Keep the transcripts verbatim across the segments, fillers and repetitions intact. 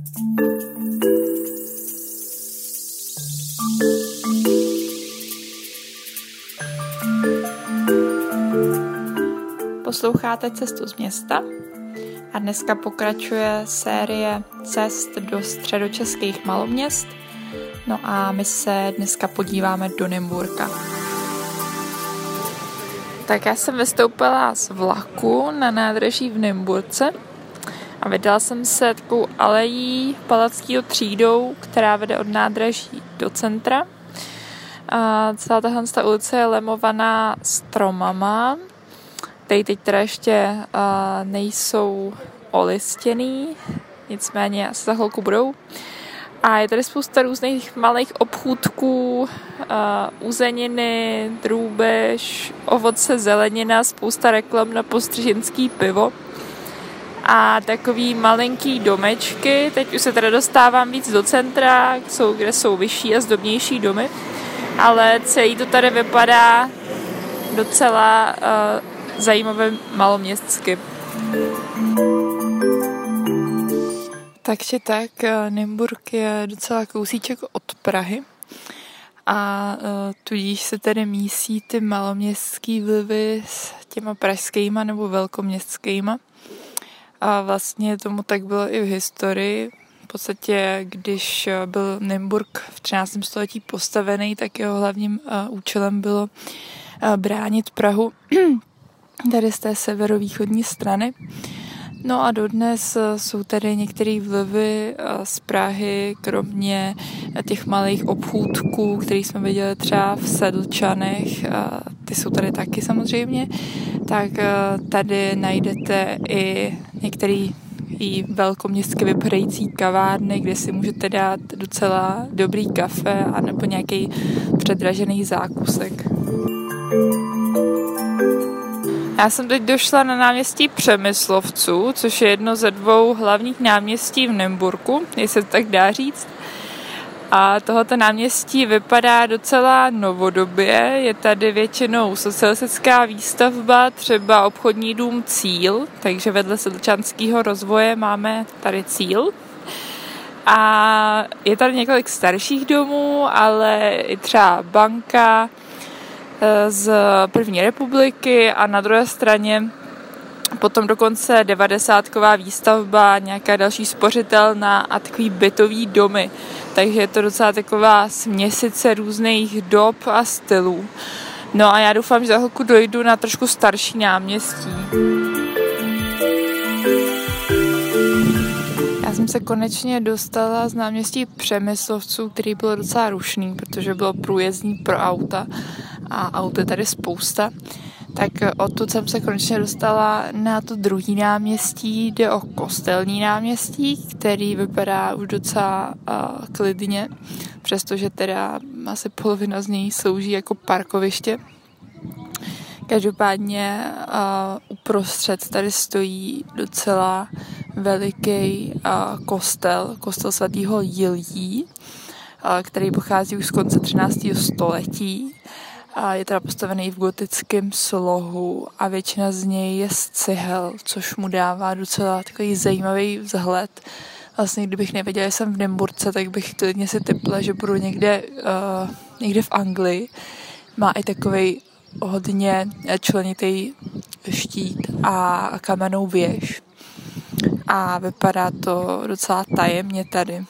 Posloucháte Cestu z města a dneska pokračuje série cest do středočeských maloměst. No a my se dneska podíváme do Nymburka. Tak já jsem vystoupila z vlaku na nádraží v Nymburce a vydala jsem se takovou alejí Palackého třídou, která vede od nádraží do centra. A celá tahle ulice je lemovaná stromama, které teď teda ještě uh, nejsou olistěný, nicméně asi za chvilku budou. A je tady spousta různých malých obchůdků, uh, uzeniny, drůbež, ovoce, zelenina, spousta reklam na postřiženský pivo a takový malinký domečky. Teď už se teda dostávám víc do centra, jsou, kde jsou vyšší a zdobnější domy, ale celý to tady vypadá docela uh, zajímavé maloměstsky. Takže tak, Nymburk je docela kousíček od Prahy a uh, tudíž se tady mísí ty maloměstský vlivy s těma pražskýma nebo velkoměstskýma. A vlastně tomu tak bylo i v historii. V podstatě, když byl Nymburk v třináctém století postavený, tak jeho hlavním uh, účelem bylo uh, bránit Prahu tady z té severovýchodní strany. No a dodnes jsou tady některé vlivy z Prahy, kromě těch malých obchůdků, které jsme viděli třeba v Sedlčanech, ty jsou tady taky samozřejmě, tak tady najdete i některé i velkoměstsky vypadající kavárny, kde si můžete dát docela dobrý kafe anebo nějaký předražený zákusek. Já jsem teď došla na náměstí Přemyslovců, což je jedno ze dvou hlavních náměstí v Nymburku, jestli se tak dá říct. A tohoto náměstí vypadá docela novodobě, je tady většinou socialistická výstavba, třeba obchodní dům Cíl, takže vedle sedlčanského rozvoje máme tady Cíl. A je tady několik starších domů, ale i třeba banka z první republiky a na druhé straně potom dokonce devadesátková výstavba, nějaká další spořitelna a takový bytový domy. Takže je to docela taková směsice různých dob a stylů. No a já doufám, že za chvilku dojdu na trošku starší náměstí. Já jsem se konečně dostala z náměstí Přemyslovců, který byl docela rušný, protože bylo průjezdný pro auta a aut je tady spousta. Tak odtud jsem se konečně dostala na to druhý náměstí, jde o Kostelní náměstí, který vypadá už docela uh, klidně, přestože teda asi polovina z něj slouží jako parkoviště. Každopádně uh, uprostřed tady stojí docela veliký uh, kostel, kostel svatého Jiljí, uh, který pochází už z konce třináctého století. A je teda postavený v gotickém slohu a většina z něj je z cihel, což mu dává docela takový zajímavý vzhled. Vlastně kdybych nevěděla, že jsem v Nymburce, tak bych klidně si tipla, že budu někde, uh, někde v Anglii. Má i takovej hodně členitý štít a kamennou věž. A vypadá to docela tajemně tady.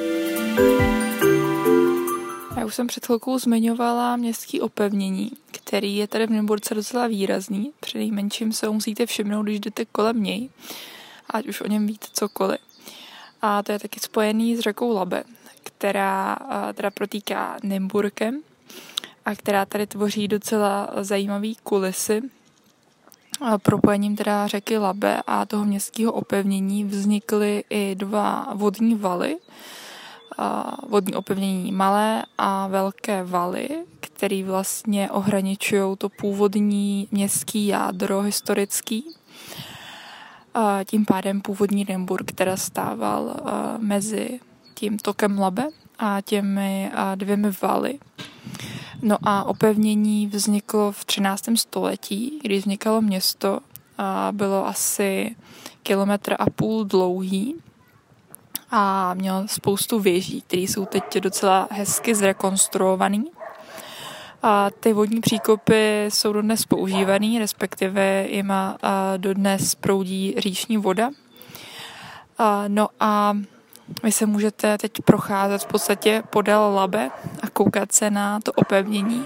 Já už jsem před chvilkou zmiňovala městský opevnění, který je tady v Nymburce docela výrazný. Přinejmenším se ho musíte všimnout, když jdete kolem něj, ať už o něm víte cokoliv. A to je taky spojený s řekou Labe, která teda protýká Nymburkem a která tady tvoří docela zajímavý kulisy. Propojením teda řeky Labe a toho městského opevnění vznikly i dva vodní valy, vodní opevnění malé a velké valy, které vlastně ohraničují to původní městský jádro historický. A tím pádem původní Nymburk teda stával mezi tím tokem Labe a těmi dvěmi valy. No a opevnění vzniklo v třináctém století, kdy vznikalo město a bylo asi kilometr a půl dlouhý. a měl spoustu věží, které jsou teď docela hezky zrekonstruovaný. A ty vodní příkopy jsou dodnes používaný, respektive jima dodnes proudí říční voda. A no a vy se můžete teď procházet v podstatě podél Labe a koukat se na to opevnění.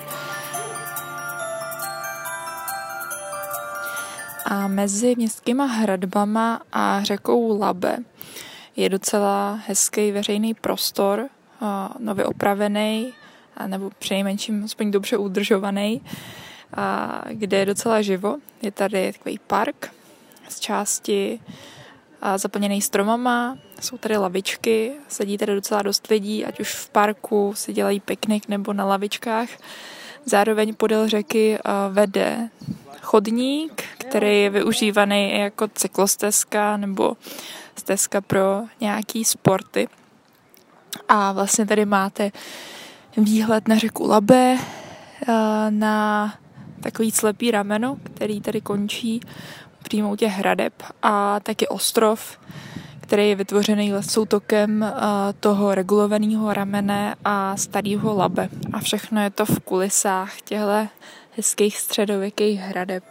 A mezi městskýma hradbama a řekou Labe je docela hezký veřejný prostor, nově opravený, nebo přinejmenším aspoň dobře udržovaný, kde je docela živo. Je tady takový park z části zaplněný stromama, jsou tady lavičky, sedí tady docela dost lidí, ať už v parku si dělají piknik nebo na lavičkách. Zároveň podél řeky vede chodník, který je využívaný i jako cyklostezka nebo stezka pro nějaký sporty. A vlastně tady máte výhled na řeku Labe, na takový slepý rameno, který tady končí přímo u těch hradeb, a taky ostrov, který je vytvořený soutokem toho regulovaného ramene a starého Labe. A všechno je to v kulisách těchto hezkých středověkých hradeb.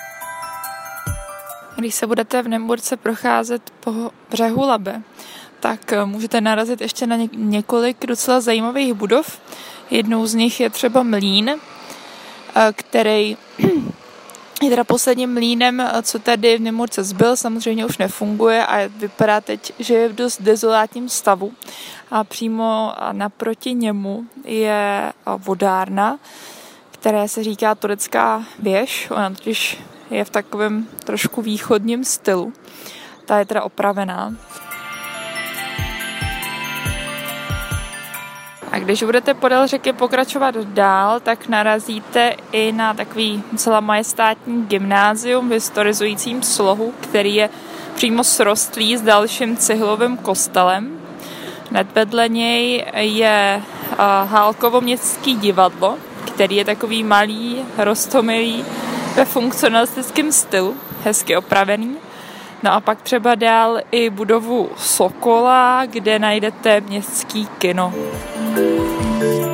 Když se budete v Nymburce procházet po břehu Labe, tak můžete narazit ještě na několik docela zajímavých budov. Jednou z nich je třeba mlýn, který je teda posledním mlýnem, co tady v Nymburce zbyl, samozřejmě už nefunguje a vypadá teď, že je v dost dezolátním stavu. A přímo naproti němu je vodárna, které se říká turecká věž. Ona totiž je v takovém trošku východním stylu. Ta je teda opravená. A když budete podél řeky pokračovat dál, tak narazíte i na takový celá majestátní gymnázium v historizujícím slohu, který je přímo srostlý s dalším cihlovým kostelem. Hned vedle něj je Hálkovo městský divadlo, který je takový malý, roztomilý, ve funkcionalistickém stylu, hezky opravený. No a pak třeba dál i budovu Sokola, kde najdete městský kino.